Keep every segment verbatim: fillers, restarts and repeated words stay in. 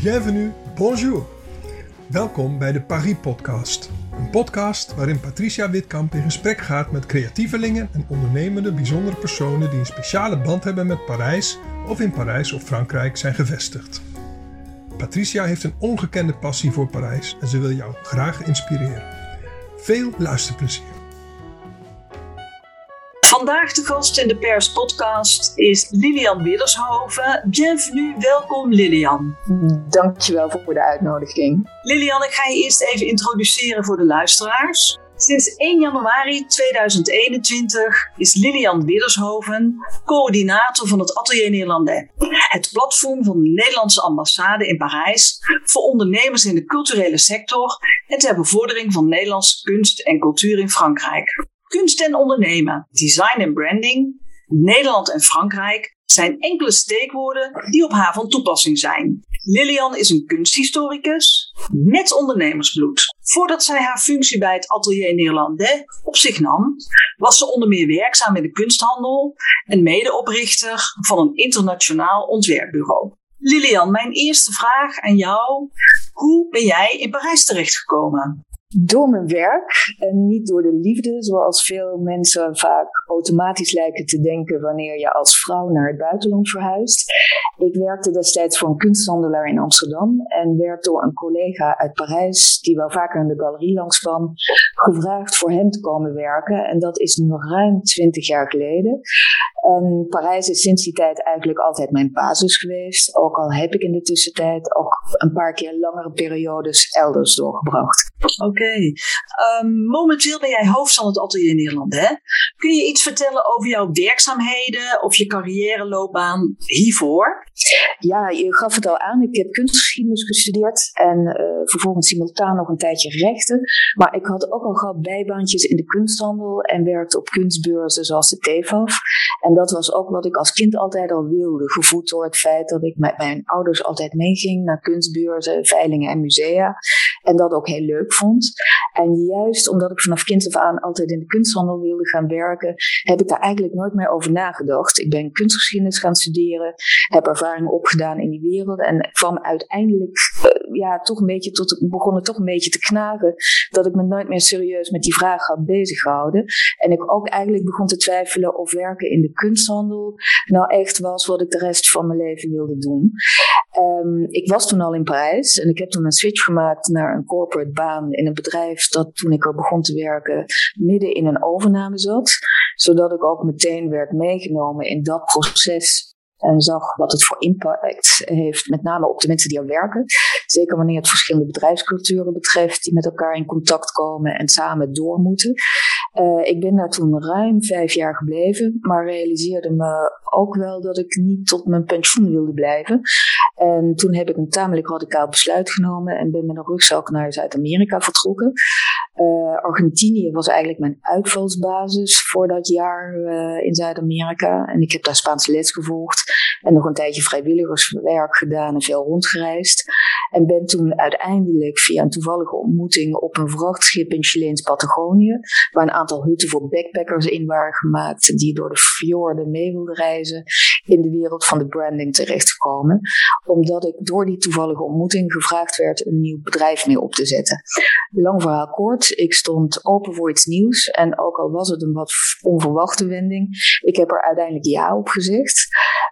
bienvenue, bonjour. Welkom bij de Paris Podcast. Een podcast waarin Patricia Witkamp in gesprek gaat met creatievelingen en ondernemende bijzondere personen die een speciale band hebben met Parijs of in Parijs of Frankrijk zijn gevestigd. Patricia heeft een ongekende passie voor Parijs en ze wil jou graag inspireren. Veel luisterplezier. Vandaag de gast in de Pers podcast is Lilian Widdershoven. Bienvenue, welkom Lilian. Dankjewel voor de uitnodiging. Lilian, ik ga je eerst even introduceren voor de luisteraars. Sinds één januari tweeduizend eenentwintig is Lilian Widdershoven coördinator van het Atelier Néerlandais. Het platform van de Nederlandse ambassade in Parijs voor ondernemers in de culturele sector en ter bevordering van Nederlandse kunst en cultuur in Frankrijk. Kunst en ondernemen, design en branding, Nederland en Frankrijk zijn enkele steekwoorden die op haar van toepassing zijn. Lilian is een kunsthistoricus met ondernemersbloed. Voordat zij haar functie bij het Atelier Néerlandais op zich nam, was ze onder meer werkzaam in de kunsthandel en medeoprichter van een internationaal ontwerpbureau. Lilian, mijn eerste vraag aan jou. Hoe ben jij in Parijs terechtgekomen? Door mijn werk en niet door de liefde, zoals veel mensen vaak automatisch lijken te denken wanneer je als vrouw naar het buitenland verhuist. Ik werkte destijds voor een kunsthandelaar in Amsterdam en werd door een collega uit Parijs, die wel vaker in de galerie langskwam, gevraagd voor hem te komen werken. En dat is nu nog ruim twintig jaar geleden. En Parijs is sinds die tijd eigenlijk altijd mijn basis geweest. Ook al heb ik in de tussentijd ook een paar keer langere periodes elders doorgebracht. Oké. Okay. Um, momenteel ben jij hoofd van het Atelier Néerlandais. Kun je iets vertellen over jouw werkzaamheden of je carrièreloopbaan hiervoor? Ja, je gaf het al aan. Ik heb kunstgeschiedenis gestudeerd en uh, vervolgens simultaan nog een tijdje rechten. Maar ik had ook al gehad bijbaantjes in de kunsthandel en werkte op kunstbeurzen zoals de T F A F. En dat was ook wat ik als kind altijd al wilde. Gevoed door het feit dat ik met mijn ouders altijd meeging naar kunstbeurzen, veilingen en musea. En dat ook heel leuk vond. En juist omdat ik vanaf kind af aan altijd in de kunsthandel wilde gaan werken, heb ik daar eigenlijk nooit meer over nagedacht. Ik ben kunstgeschiedenis gaan studeren, heb ervaring opgedaan in die wereld en kwam uiteindelijk, uh, ja, toch een beetje tot, begon het toch een beetje te knagen dat ik me nooit meer serieus met die vraag had bezig gehouden. En ik ook eigenlijk begon te twijfelen of werken in de kunsthandel nou echt was wat ik de rest van mijn leven wilde doen. Um, ik was toen al in Parijs en ik heb toen een switch gemaakt naar een corporate baan in een bedrijf dat toen ik er begon te werken midden in een overname zat. Zodat ik ook meteen werd meegenomen in dat proces en zag wat het voor impact heeft, met name op de mensen die er werken. Zeker wanneer het verschillende bedrijfsculturen betreft die met elkaar in contact komen en samen door moeten. Uh, ik ben daar toen ruim vijf jaar gebleven, maar realiseerde me ook wel dat ik niet tot mijn pensioen wilde blijven. En toen heb ik een tamelijk radicaal besluit genomen en ben met een rugzak naar Zuid-Amerika vertrokken. Uh, Argentinië was eigenlijk mijn uitvalsbasis voor dat jaar uh, in Zuid-Amerika. En ik heb daar Spaanse les gevolgd en nog een tijdje vrijwilligerswerk gedaan en veel rondgereisd. En ben toen uiteindelijk via een toevallige ontmoeting op een vrachtschip in Chileens Patagonië, waar een aantal hutten voor backpackers in waren gemaakt, die door de fjorden mee wilden reizen, in de wereld van de branding terechtgekomen. Omdat ik door die toevallige ontmoeting gevraagd werd een nieuw bedrijf mee op te zetten. Lang verhaal kort, ik stond open voor iets nieuws en ook al was het een wat onverwachte wending, ik heb er uiteindelijk ja op gezegd.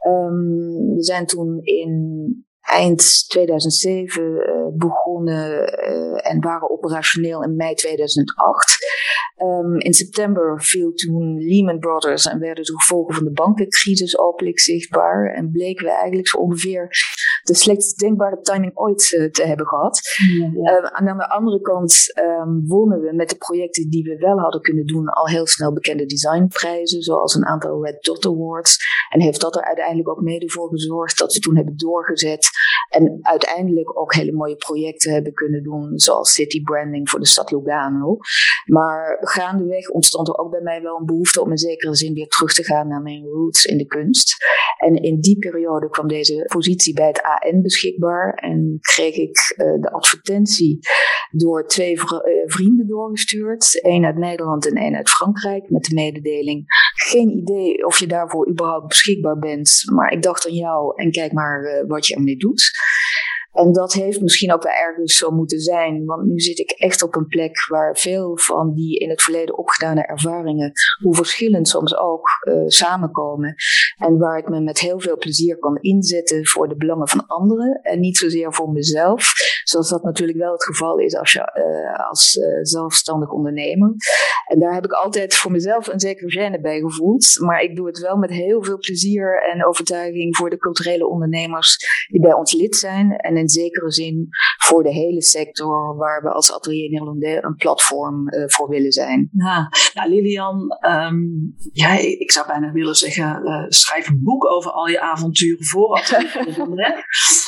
Um, we zijn toen in eind tweeduizend zeven uh, begonnen uh, en waren operationeel in mei tweeduizend acht. Um, in september viel toen Lehman Brothers en werden de gevolgen van de bankencrisis openlijk zichtbaar. En bleken we eigenlijk zo ongeveer de slechtst denkbare timing ooit uh, te hebben gehad. Ja, ja. Uh, en aan de andere kant um, wonnen we met de projecten die we wel hadden kunnen doen al heel snel bekende designprijzen, zoals een aantal Red Dot Awards. En heeft dat er uiteindelijk ook mede voor gezorgd dat we toen hebben doorgezet en uiteindelijk ook hele mooie projecten hebben kunnen doen, zoals city branding voor de stad Lugano. Maar gaandeweg ontstond er ook bij mij wel een behoefte om in zekere zin weer terug te gaan naar mijn roots in de kunst. En in die periode kwam deze positie bij het A N beschikbaar en kreeg ik uh, de advertentie door twee vr- uh, vrienden doorgestuurd. Eén uit Nederland en één uit Frankrijk met de mededeling: geen idee of je daarvoor überhaupt beschikbaar bent, maar ik dacht aan jou en kijk maar uh, wat je ermee doet. En dat heeft misschien ook wel ergens zo moeten zijn, want nu zit ik echt op een plek waar veel van die in het verleden opgedane ervaringen, hoe verschillend soms ook, uh, samenkomen. En waar ik me met heel veel plezier kan inzetten voor de belangen van anderen en niet zozeer voor mezelf, zoals dat natuurlijk wel het geval is als, je, uh, als uh, zelfstandig ondernemer. En daar heb ik altijd voor mezelf een zekere gêne bij gevoeld, maar ik doe het wel met heel veel plezier en overtuiging voor de culturele ondernemers die bij ons lid zijn en in zekere zin voor de hele sector waar we als Atelier Néerlandais een platform uh, voor willen zijn. Ja, nou Lilian, um, ja, ik zou bijna willen zeggen, uh, schrijf een boek over al je avonturen voor Atelier Néerlandais.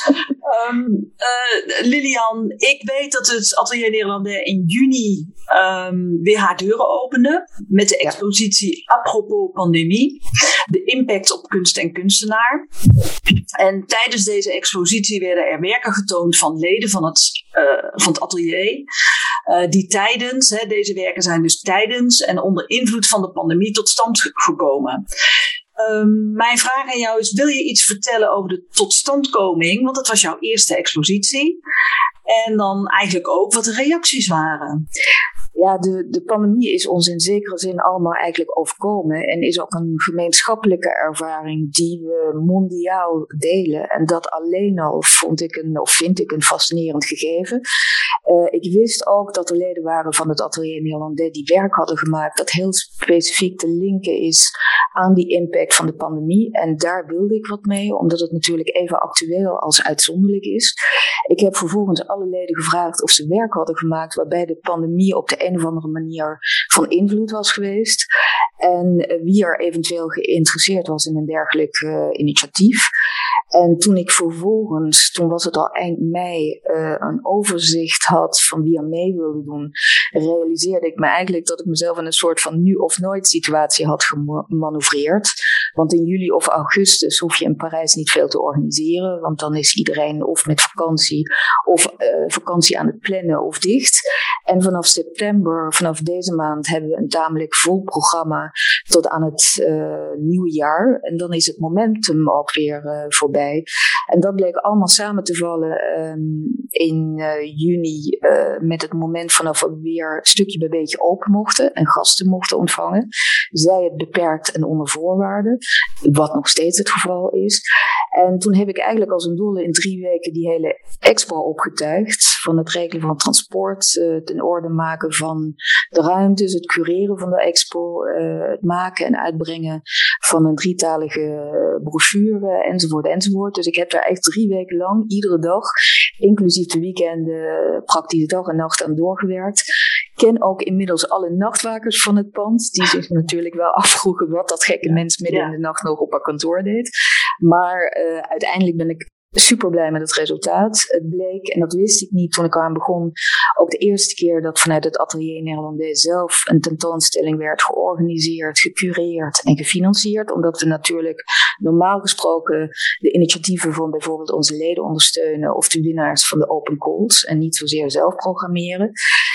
um, uh, Lilian, ik weet dat het Atelier Néerlandais in juni um, weer haar deuren opende met de expositie Apropos Pandemie, de impact op kunst en kunstenaar. En tijdens deze expositie werden er werken getoond van leden van het, uh, van het atelier, uh, die tijdens, hè, deze werken zijn dus tijdens en onder invloed van de pandemie tot stand gekomen. Um, mijn vraag aan jou is, wil je iets vertellen over de totstandkoming? Want dat was jouw eerste expositie. En dan eigenlijk ook wat de reacties waren. Ja, de, de pandemie is ons in zekere zin allemaal eigenlijk overkomen en is ook een gemeenschappelijke ervaring die we mondiaal delen. En dat alleen al vond ik een, of vind ik een fascinerend gegeven. Uh, ik wist ook dat er leden waren van het Atelier Néerlandais die werk hadden gemaakt dat heel specifiek te linken is aan die impact van de pandemie. En daar wilde ik wat mee, omdat het natuurlijk even actueel als uitzonderlijk is. Ik heb vervolgens alle leden gevraagd of ze werk hadden gemaakt waarbij de pandemie op de een of andere manier van invloed was geweest. En wie er eventueel geïnteresseerd was in een dergelijk uh, initiatief. En toen ik vervolgens, toen was het al eind mei, uh, een overzicht had van wie er mee wilde doen, realiseerde ik me eigenlijk dat ik mezelf in een soort van nu of nooit situatie had gemanoeuvreerd. Want in juli of augustus hoef je in Parijs niet veel te organiseren, want dan is iedereen of met vakantie of uh, vakantie aan het plannen of dicht. En vanaf september, vanaf deze maand, hebben we een tamelijk vol programma tot aan het uh, nieuwe jaar. En dan is het momentum ook weer uh, voorbij. En dat bleek allemaal samen te vallen um, in uh, juni uh, met het moment vanaf we weer stukje bij beetje open mochten en gasten mochten ontvangen. Zij het beperkt en onder voorwaarden, wat nog steeds het geval is. En toen heb ik eigenlijk als een dolle in drie weken die hele expo opgetuigd. Van het regelen van transport, uh, het in orde maken van de ruimtes, het cureren van de expo, uh, het maken en uitbrengen van een drietalige brochure enzovoort enzovoort. Dus ik heb daar echt drie weken lang, iedere dag, inclusief de weekenden, praktisch dag en nacht aan doorgewerkt. Ik ken ook inmiddels alle nachtwakers van het pand, die zich natuurlijk wel afvroegen wat dat gekke ja. mens midden ja. in de nacht nog op haar kantoor deed. Maar uh, uiteindelijk ben ik super blij met het resultaat. Het bleek, en dat wist ik niet toen ik aan begon, ook de eerste keer dat vanuit het Atelier Néerlandais zelf een tentoonstelling werd georganiseerd, gecureerd en gefinancierd. Omdat we natuurlijk normaal gesproken de initiatieven van bijvoorbeeld onze leden ondersteunen of de winnaars van de open calls en niet zozeer zelf programmeren.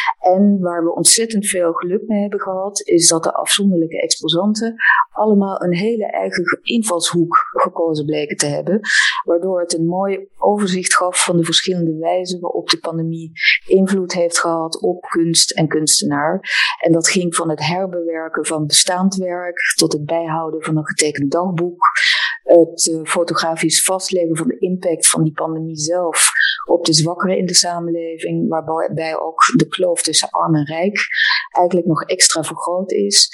En waar we ontzettend veel geluk mee hebben gehad, is dat de afzonderlijke exposanten allemaal een hele eigen invalshoek gekozen bleken te hebben. Waardoor het een mooi overzicht gaf van de verschillende wijzen waarop de pandemie invloed heeft gehad op kunst en kunstenaar. En dat ging van het herbewerken van bestaand werk tot het bijhouden van een getekend dagboek. Het uh, fotografisch vastleggen van de impact van die pandemie zelf op de zwakkeren in de samenleving, waarbij ook de kloof tussen arm en rijk eigenlijk nog extra vergroot is.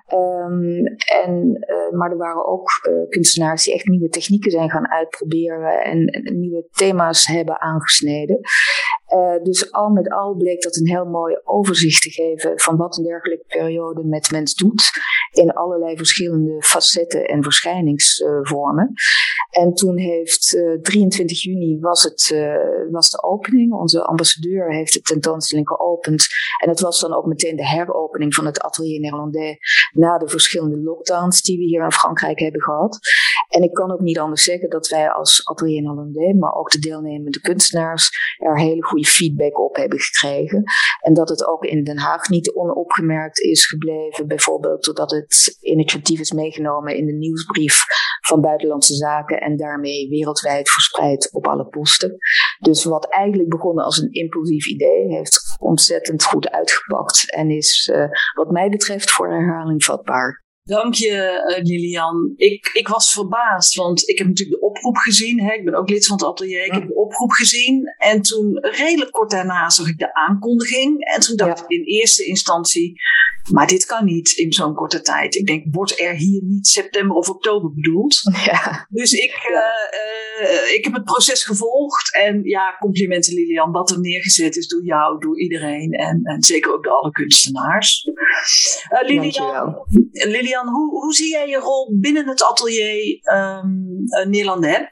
Um, en, uh, maar er waren ook uh, kunstenaars die echt nieuwe technieken zijn gaan uitproberen en, en nieuwe thema's hebben aangesneden. Uh, dus al met al bleek dat een heel mooi overzicht te geven van wat een dergelijke periode met mens doet in allerlei verschillende facetten en verschijningsvormen. Uh, en toen heeft uh, drieëntwintig juni was, het, uh, was de opening. Onze ambassadeur heeft de tentoonstelling geopend. En het was dan ook meteen de heropening van het Atelier Néerlandais na de verschillende lockdowns die we hier in Frankrijk hebben gehad. En ik kan ook niet anders zeggen dat wij als Atelier Néerlandais, maar ook de deelnemende kunstenaars, er hele goede feedback op hebben gekregen. En dat het ook in Den Haag niet onopgemerkt is gebleven. Bijvoorbeeld doordat het initiatief is meegenomen in de nieuwsbrief van Buitenlandse Zaken en daarmee wereldwijd verspreid op alle posten. Dus wat eigenlijk begonnen als een impulsief idee, heeft ontzettend goed uitgepakt en is uh, wat mij betreft voor herhaling vatbaar. Dank je, uh, Lilian. Ik, ik was verbaasd, want ik heb natuurlijk de oproep gezien. Hè? Ik ben ook lid van het atelier. Ik heb de oproep gezien. En toen, redelijk kort daarna, zag ik de aankondiging. En toen dacht ja. ik in eerste instantie, maar dit kan niet in zo'n korte tijd. Ik denk, wordt er hier niet september of oktober bedoeld? Ja. Dus ik, ja. uh, uh, ik heb het proces gevolgd. En ja, complimenten Lilian. Wat er neergezet is door jou, door iedereen. En, en zeker ook door alle kunstenaars. Uh, Lilian, Lilian hoe, hoe zie jij je rol binnen het atelier um, uh, Néerlandais?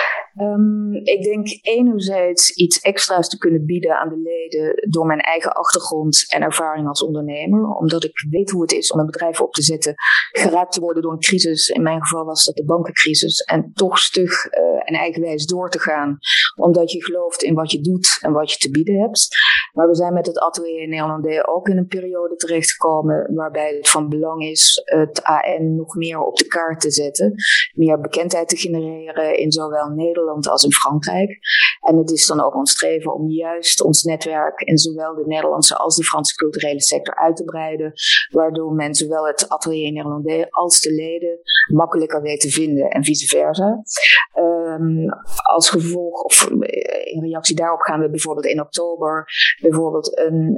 Um, ik denk enerzijds iets extra's te kunnen bieden aan de leden door mijn eigen achtergrond en ervaring als ondernemer. Omdat ik weet hoe het is om een bedrijf op te zetten, geraakt te worden door een crisis. In mijn geval was dat de bankencrisis. En toch stug uh, en eigenwijs door te gaan. Omdat je gelooft in wat je doet en wat je te bieden hebt. Maar we zijn met het atelier Néerlandais ook in een periode terechtgekomen waarbij het van belang is het A N nog meer op de kaart te zetten. Meer bekendheid te genereren in zowel Nederland als in Frankrijk. En het is dan ook ons streven om juist ons netwerk in zowel de Nederlandse als de Franse culturele sector uit te breiden, waardoor men zowel het atelier Néerlandais als de leden makkelijker weet te vinden en vice versa. Um, als gevolg, of in reactie daarop gaan we bijvoorbeeld in oktober bijvoorbeeld een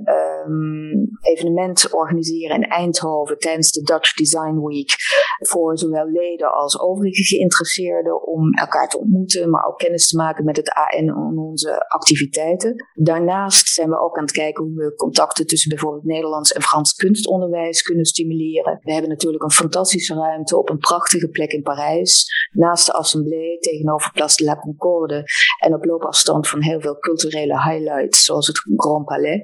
um, evenement organiseren in Eindhoven tijdens de Dutch Design Week voor zowel leden als overige geïnteresseerden om elkaar te ontmoeten, maar ook kennis te maken met het A N en onze activiteiten. Daarnaast zijn we ook aan het kijken hoe we contacten tussen bijvoorbeeld Nederlands en Frans kunstonderwijs kunnen stimuleren. We hebben natuurlijk een fantastische ruimte op een prachtige plek in Parijs, naast de Assemblée, tegenover Place de la Concorde en op loopafstand van heel veel culturele highlights, zoals het Grand Palais.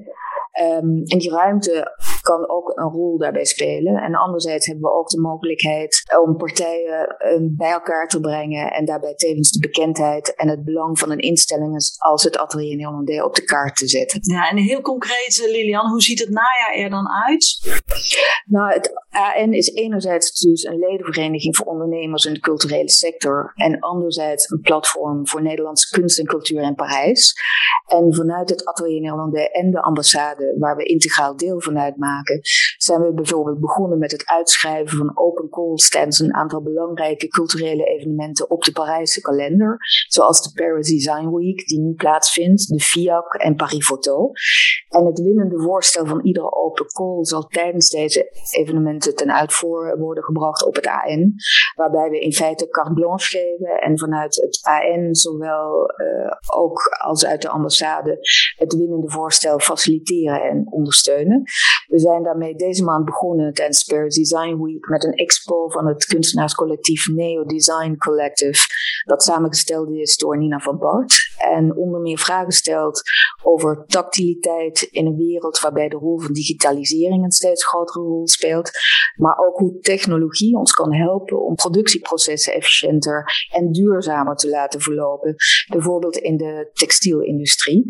Um, en die ruimte kan ook een rol daarbij spelen. En anderzijds hebben we ook de mogelijkheid om partijen um, bij elkaar te brengen en daarbij tevens de bekendheid en het belang van een instelling als het atelier Néerlandais op de kaart te zetten. Ja, en heel concreet, Lilian, hoe ziet het najaar er dan uit? Nou, het A N is enerzijds dus een ledenvereniging voor ondernemers in de culturele sector en anderzijds een platform voor Nederlandse kunst en cultuur in Parijs. En vanuit het atelier Néerlandais en de ambassade, waar we integraal deel van uitmaken, zijn we bijvoorbeeld begonnen met het uitschrijven van open calls tijdens een aantal belangrijke culturele evenementen op de Parijse kalender, zoals de Paris Design Week, die nu plaatsvindt, de F I A C en Paris Photo. En het winnende voorstel van iedere open call zal tijdens deze evenementen ten uitvoer worden gebracht op het A N, waarbij we in feite carte blanche geven en vanuit het A N zowel uh, ook als uit de ambassade het winnende voorstel faciliteren en ondersteunen. We zijn daarmee deze maand begonnen tijdens Paris Design Week met een expo van het kunstenaarscollectief Neo Design Collective, dat samengesteld is door Nina van Bart en onder meer vragen stelt over tactiliteit in een wereld waarbij de rol van digitalisering een steeds grotere rol speelt, maar ook hoe technologie ons kan helpen om productieprocessen efficiënter en duurzamer te laten verlopen, bijvoorbeeld in de textielindustrie.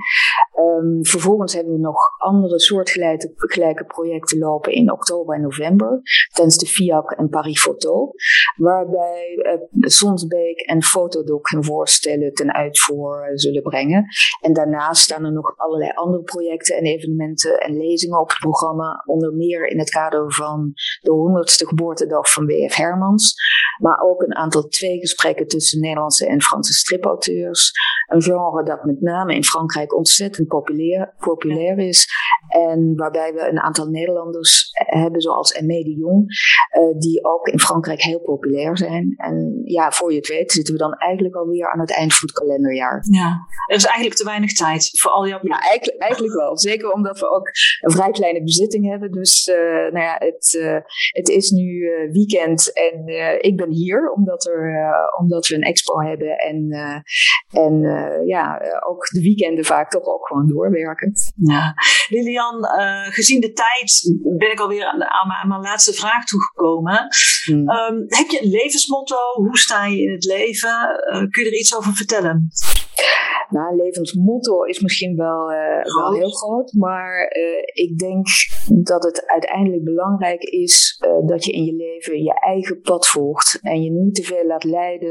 Um, vervolgens hebben we nog andere soortgelijke projecten lopen in oktober en november, tijdens de F I A C en Paris Photo, waarbij uh, Sonsbeek en Fotodoc hun voorstellen ten uitvoer uh, zullen brengen. En daarnaast staan er nog allerlei andere projecten en evenementen en lezingen op het programma, onder meer in het kader van de honderdste geboortedag van W F Hermans, maar ook een aantal tweegesprekken tussen Nederlandse en Franse stripauteurs, een genre dat met name in Frankrijk ontzettend populair, populair is en waarbij we een aantal Nederlanders hebben, zoals Aimé de Jong, uh, die ook in Frankrijk heel populair zijn. En ja, voor je het weet zitten we dan eigenlijk alweer aan het eind van het kalenderjaar. Ja, er is eigenlijk te weinig tijd voor al jouw... Ja, eigenlijk, eigenlijk wel. Zeker omdat we ook een vrij kleine bezitting hebben. Dus uh, nou ja, het, uh, het is nu uh, weekend en uh, ik ben hier omdat, er, uh, omdat we een expo hebben en, uh, en uh, ja, ook de weekenden vaak toch ook gewoon doorwerken. Ja. Lilian, uh, gezien de tijd ben ik alweer aan, aan, mijn, aan mijn laatste vraag toegekomen. Hmm. Um, heb je een levensmotto? Hoe sta je in het leven? Uh, kun je er iets over vertellen? Nou, een levensmotto is misschien wel, uh, wel heel groot, maar uh, ik denk dat het uiteindelijk belangrijk is uh, dat je in je leven je eigen pad volgt en je niet te veel laat leiden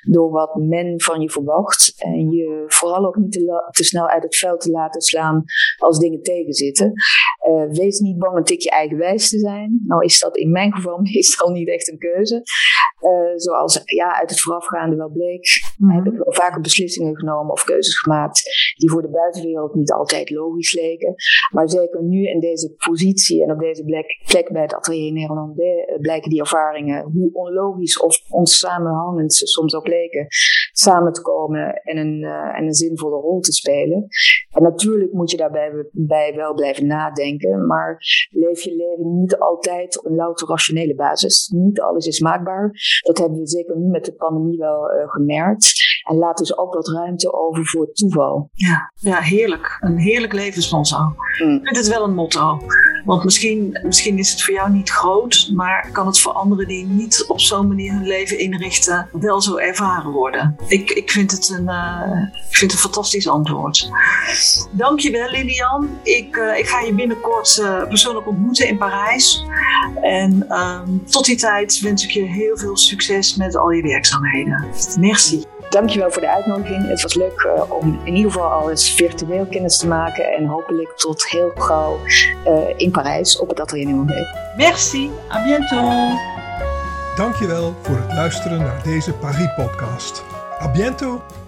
door wat men van je verwacht. En je vooral ook niet te, la- te snel uit het veld te laten slaan als dingen tegenzitten. Uh, wees niet bang een tikje eigenwijs te zijn. Nou is dat in mijn geval meestal niet echt een keuze. Uh, zoals ja, uit het voorafgaande wel bleek, mm-hmm. heb ik vaker beslissingen genomen of keuzes gemaakt die voor de buitenwereld niet altijd logisch leken. Maar zeker nu in deze positie en op deze plek, plek bij het Atelier Néerlandais blijken die ervaringen, hoe onlogisch of onsamenhangend ze soms ook leken, samen te komen en een, uh, en een zinvolle rol te spelen. En natuurlijk moet je daarbij bij wel blijven nadenken, maar leef je leven niet altijd op een louter rationele basis. Niet alles is maakbaar. Dat hebben we zeker nu met de pandemie wel uh, gemerkt. En laat dus ook wat ruimte over voor toeval. Ja, ja, heerlijk. Een heerlijk levensmotto. Mm. Ik vind het wel een motto. Want misschien, misschien is het voor jou niet groot, maar kan het voor anderen die niet op zo'n manier hun leven inrichten, wel zo ervaren worden. Ik, ik, vind, het een, uh, ik vind het een fantastisch antwoord. Dankjewel, Lilian. Ik, uh, ik ga je binnenkort uh, persoonlijk ontmoeten in Parijs. En uh, tot die tijd wens ik je heel veel succes met al je werkzaamheden. Merci. Dankjewel voor de uitnodiging. Het was leuk uh, om in ieder geval al eens virtueel kennis te maken. En hopelijk tot heel gauw uh, in Parijs op het Atelier Néerlandais. Merci, à bientôt. Dankjewel voor het luisteren naar deze Paris podcast. À bientôt.